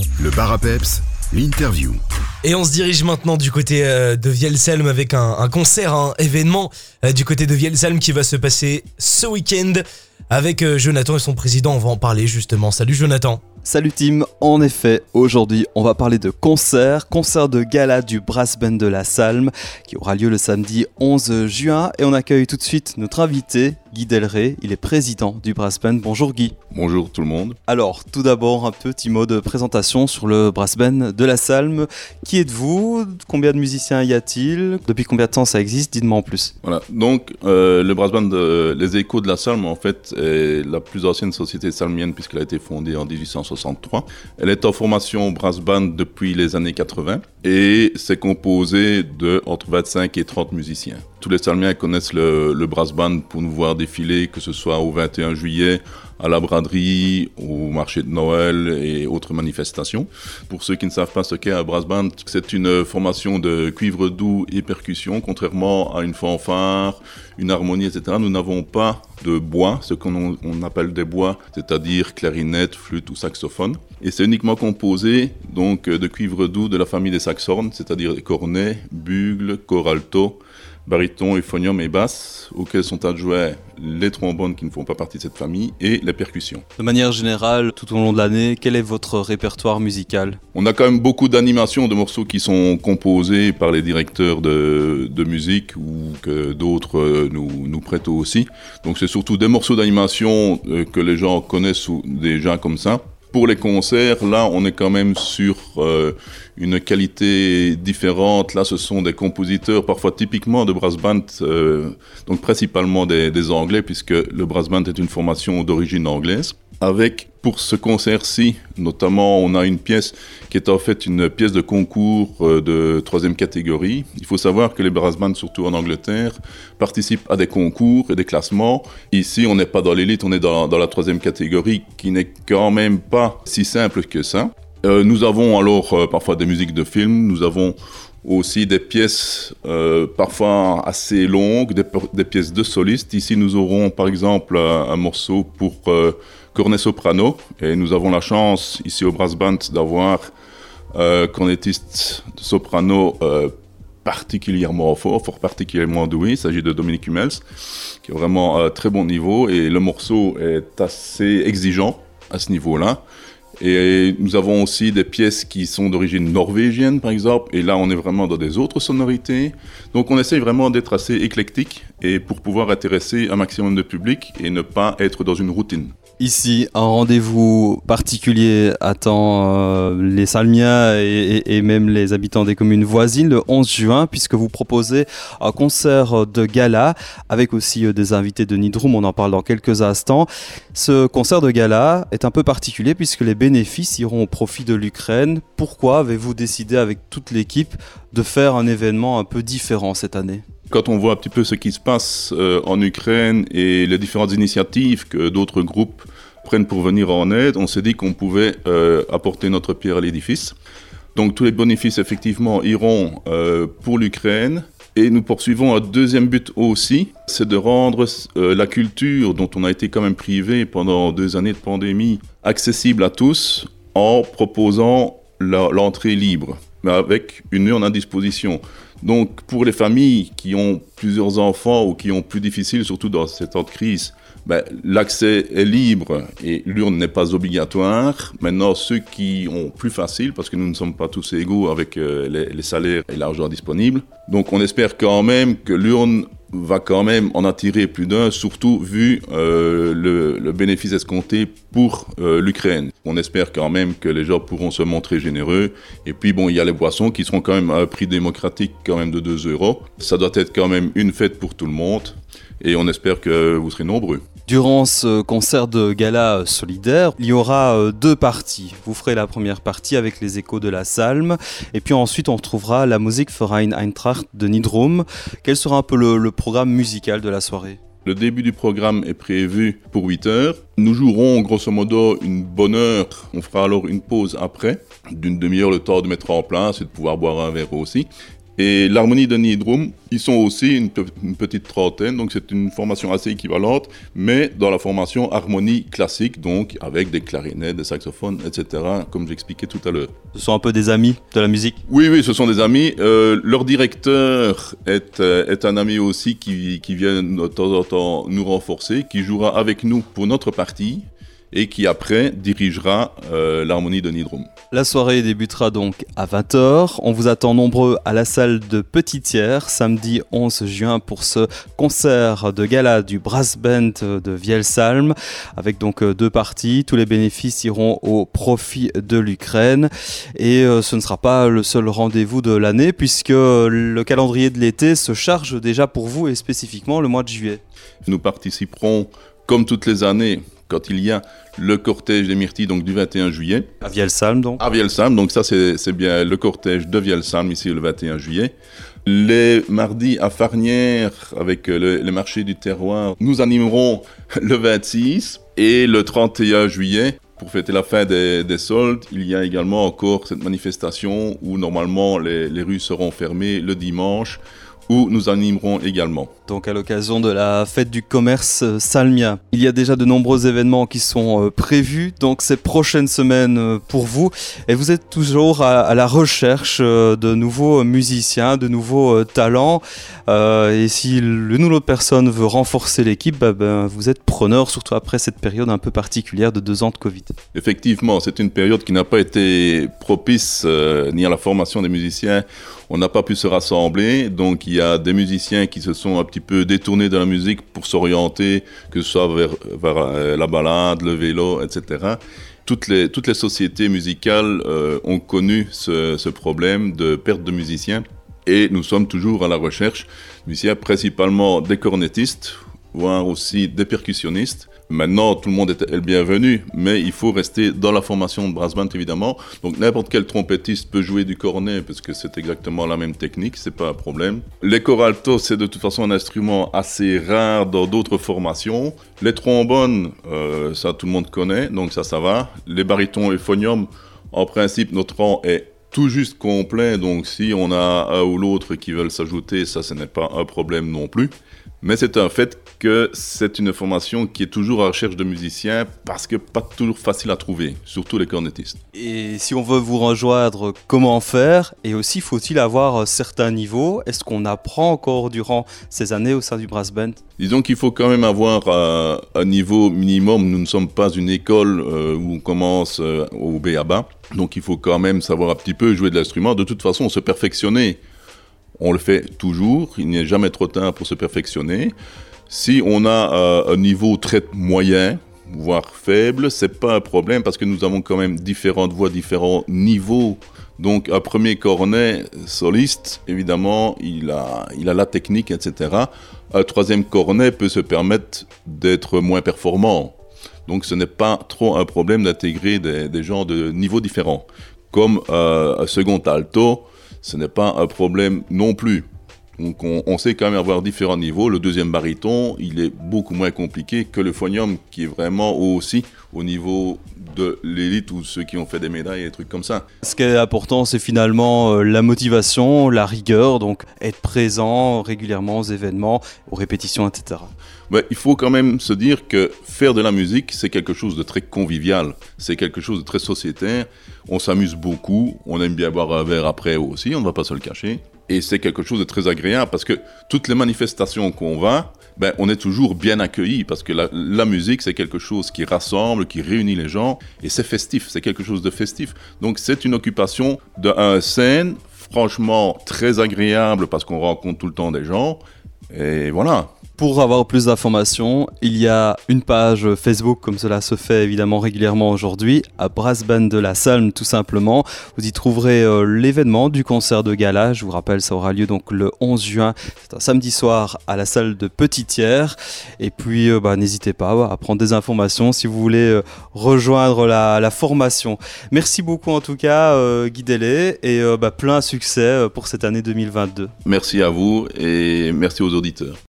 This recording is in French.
Le bar à peps, l'interview. Et on se dirige maintenant du côté de Vielsalm avec un concert, un événement du côté de Vielsalm qui va se passer ce week-end avec Jonathan et son président. On va en parler justement. Salut Jonathan. Salut Tim, en effet, aujourd'hui on va parler de concert de gala du Brass Band de la Salm qui aura lieu le samedi 11 juin et on accueille tout de suite notre invité Guy Delray, il est président du Brass Band. Bonjour Guy. Bonjour tout le monde. Alors tout d'abord un petit mot de présentation sur le Brass Band de la Salm. Qui êtes-vous ? Combien de musiciens y a-t-il ? Depuis combien de temps ça existe ? Dites-moi en plus. Voilà, donc le Brass Band Les Échos de la Salm en fait est la plus ancienne société salmienne puisqu'elle a été fondée en 1863. Elle est en formation Brass Band depuis les années 80 et c'est composé de entre 25 et 30 musiciens. Tous les Salmiens connaissent le Brass Band pour nous voir défiler, que ce soit au 21 juillet, à la braderie, au marché de Noël et autres manifestations. Pour ceux qui ne savent pas ce qu'est un Brass Band, c'est une formation de cuivre doux et percussion, contrairement à une fanfare, une harmonie, etc. Nous n'avons pas de bois, ce qu'on appelle des bois, c'est-à-dire clarinette, flûte ou saxophone. Et c'est uniquement composé donc de cuivre doux de la famille des saxhorns, c'est-à-dire des cornets, bugles, cor alto, baryton, euphonium et basse, auxquels sont adjoints les trombones qui ne font pas partie de cette famille et les percussions. De manière générale, tout au long de l'année, quel est votre répertoire musical ? On a quand même beaucoup d'animations, de morceaux qui sont composés par les directeurs de musique ou que d'autres nous prêtent aussi. Donc c'est surtout des morceaux d'animation que les gens connaissent déjà comme ça. Pour les concerts, là, on est quand même sur une qualité différente. Là, ce sont des compositeurs, parfois typiquement de brass band, donc principalement des Anglais, puisque le brass band est une formation d'origine anglaise. Avec, pour ce concert-ci, notamment, on a une pièce qui est en fait une pièce de concours de 3e catégorie. Il faut savoir que les brass bands, surtout en Angleterre, participent à des concours et des classements. Ici, on n'est pas dans l'élite, on est dans la 3e catégorie, qui n'est quand même pas si simple que ça. Nous avons alors parfois des musiques de films, nous avons aussi des pièces parfois assez longues, des pièces de solistes. Ici, nous aurons par exemple un morceau pour cornet soprano et nous avons la chance ici au Brass Band d'avoir cornettiste de soprano particulièrement fort particulièrement doué. Il s'agit de Dominique Hummels qui est vraiment très bon niveau et le morceau est assez exigeant à ce niveau-là. Et nous avons aussi des pièces qui sont d'origine norvégienne, par exemple, et là, on est vraiment dans des autres sonorités. Donc, on essaye vraiment d'être assez éclectique et pour pouvoir intéresser un maximum de public et ne pas être dans une routine. Ici, un rendez-vous particulier attend les Salmiens et même les habitants des communes voisines le 11 juin, puisque vous proposez un concert de gala avec aussi des invités de Nidrum, on en parle dans quelques instants. Ce concert de gala est un peu particulier puisque les bénéfices iront au profit de l'Ukraine. Pourquoi avez-vous décidé avec toute l'équipe de faire un événement un peu différent cette année ? Quand on voit un petit peu ce qui se passe en Ukraine et les différentes initiatives que d'autres groupes prennent pour venir en aide, on s'est dit qu'on pouvait apporter notre pierre à l'édifice. Donc tous les bénéfices effectivement iront pour l'Ukraine. Et nous poursuivons un deuxième but aussi, c'est de rendre la culture dont on a été quand même privé pendant 2 années de pandémie accessible à tous en proposant l'entrée libre, mais avec une urne à disposition. Donc pour les familles qui ont plusieurs enfants ou qui ont plus difficile, surtout dans ces temps de crise, l'accès est libre et l'urne n'est pas obligatoire. Maintenant, ceux qui ont plus facile, parce que nous ne sommes pas tous égaux avec les salaires et l'argent disponible, donc on espère quand même que l'urne va quand même en attirer plus d'un, surtout vu le bénéfice escompté pour l'Ukraine. On espère quand même que les gens pourront se montrer généreux. Et puis bon, il y a les boissons qui seront quand même à un prix démocratique quand même de 2 €. Ça doit être quand même une fête pour tout le monde. Et on espère que vous serez nombreux. Durant ce concert de gala solidaire, il y aura 2 parties. Vous ferez la première partie avec les échos de la Salm, et puis ensuite on retrouvera la Musikverein Eintracht de Nidrum. Quel sera un peu le programme musical de la soirée ? Le début du programme est prévu pour 8 heures. Nous jouerons grosso modo une bonne heure. On fera alors une pause après, d'une demi-heure, le temps de mettre en place et de pouvoir boire un verre aussi. Et l'harmonie de Niedrum, ils sont aussi une petite trentaine, donc c'est une formation assez équivalente, mais dans la formation harmonie classique, donc avec des clarinettes, des saxophones, etc., comme j'expliquais tout à l'heure. Ce sont un peu des amis de la musique. Oui, ce sont des amis. Leur directeur est un ami aussi qui vient de temps en temps nous renforcer, qui jouera avec nous pour notre partie et qui après dirigera l'harmonie de Niedrum. La soirée débutera donc à 20h. On vous attend nombreux à la salle de Petit-Thiers, samedi 11 juin pour ce concert de gala du Brass Band de Vielsalm, avec donc 2 parties. Tous les bénéfices iront au profit de l'Ukraine. Et ce ne sera pas le seul rendez-vous de l'année, puisque le calendrier de l'été se charge déjà pour vous, et spécifiquement le mois de juillet. Nous participerons, comme toutes les années, quand il y a le cortège des myrtilles, donc du 21 juillet. À Vielsalm, donc. À Vielsalm, donc ça c'est bien le cortège de Vielsalm, ici le 21 juillet. Les mardis à Farnières, avec le marché du terroir, nous animerons le 26 et le 31 juillet. Pour fêter la fin des soldes, il y a également encore cette manifestation où normalement les rues seront fermées le dimanche, où nous animerons également. Donc à l'occasion de la fête du commerce salmien. Il y a déjà de nombreux événements qui sont prévus donc ces prochaines semaines pour vous. Et vous êtes toujours à la recherche de nouveaux musiciens, de nouveaux talents. Et si l'une ou l'autre personne veut renforcer l'équipe, vous êtes preneur, surtout après cette période un peu particulière de 2 ans de Covid. Effectivement, c'est une période qui n'a pas été propice ni à la formation des musiciens. On n'a pas pu se rassembler, donc il y a des musiciens qui se sont un petit peu détournés de la musique pour s'orienter, que ce soit vers la balade, le vélo, etc. Toutes les sociétés musicales ont connu ce problème de perte de musiciens et nous sommes toujours à la recherche de musiciens, principalement des cornettistes, voire aussi des percussionnistes. Maintenant, tout le monde est le bienvenu, mais il faut rester dans la formation de brass band, évidemment. Donc, n'importe quel trompettiste peut jouer du cornet, parce que c'est exactement la même technique, c'est pas un problème. Les coraltos, c'est de toute façon un instrument assez rare dans d'autres formations. Les trombones, ça tout le monde connaît, donc ça va. Les barytons et phonium, en principe, notre rang est tout juste complet, donc si on a un ou l'autre qui veulent s'ajouter, ça, ce n'est pas un problème non plus. Mais c'est un fait que c'est une formation qui est toujours à la recherche de musiciens parce que pas toujours facile à trouver, surtout les cornettistes. Et si on veut vous rejoindre, comment faire? Et aussi, faut-il avoir certains niveaux? Est-ce qu'on apprend encore durant ces années au sein du Brass Band? Disons qu'il faut quand même avoir un niveau minimum. Nous ne sommes pas une école où on commence au B à bas. Donc il faut quand même savoir un petit peu jouer de l'instrument. De toute façon, se perfectionner, on le fait toujours, il n'est jamais trop tard pour se perfectionner. Si on a un niveau très moyen, voire faible, c'est pas un problème parce que nous avons quand même différentes voix, différents niveaux. Donc un premier cornet soliste, évidemment, il a la technique, etc. Un troisième cornet peut se permettre d'être moins performant. Donc ce n'est pas trop un problème d'intégrer des gens de niveaux différents. Comme un second alto, ce n'est pas un problème non plus. Donc on sait quand même avoir différents niveaux. Le deuxième baryton, il est beaucoup moins compliqué que le phonium, qui est vraiment aussi au niveau de l'élite ou ceux qui ont fait des médailles et des trucs comme ça. Ce qui est important, c'est finalement la motivation, la rigueur, donc être présent régulièrement aux événements, aux répétitions, etc. Ouais, il faut quand même se dire que faire de la musique, c'est quelque chose de très convivial, c'est quelque chose de très sociétaire. On s'amuse beaucoup, on aime bien boire un verre après aussi, on ne va pas se le cacher. Et c'est quelque chose de très agréable parce que toutes les manifestations qu'on va, on est toujours bien accueillis parce que la musique, c'est quelque chose qui rassemble, qui réunit les gens et c'est festif, c'est quelque chose de festif. Donc c'est une occupation de scène, franchement très agréable parce qu'on rencontre tout le temps des gens et voilà. Pour avoir plus d'informations, il y a une page Facebook, comme cela se fait évidemment régulièrement aujourd'hui, à Brass Band de la Salm tout simplement. Vous y trouverez l'événement du concert de gala. Je vous rappelle, ça aura lieu donc le 11 juin, c'est un samedi soir à la salle de Petit-Thiers. Et puis n'hésitez pas à prendre des informations si vous voulez rejoindre la formation. Merci beaucoup en tout cas Guy Delay et plein succès pour cette année 2022. Merci à vous et merci aux auditeurs.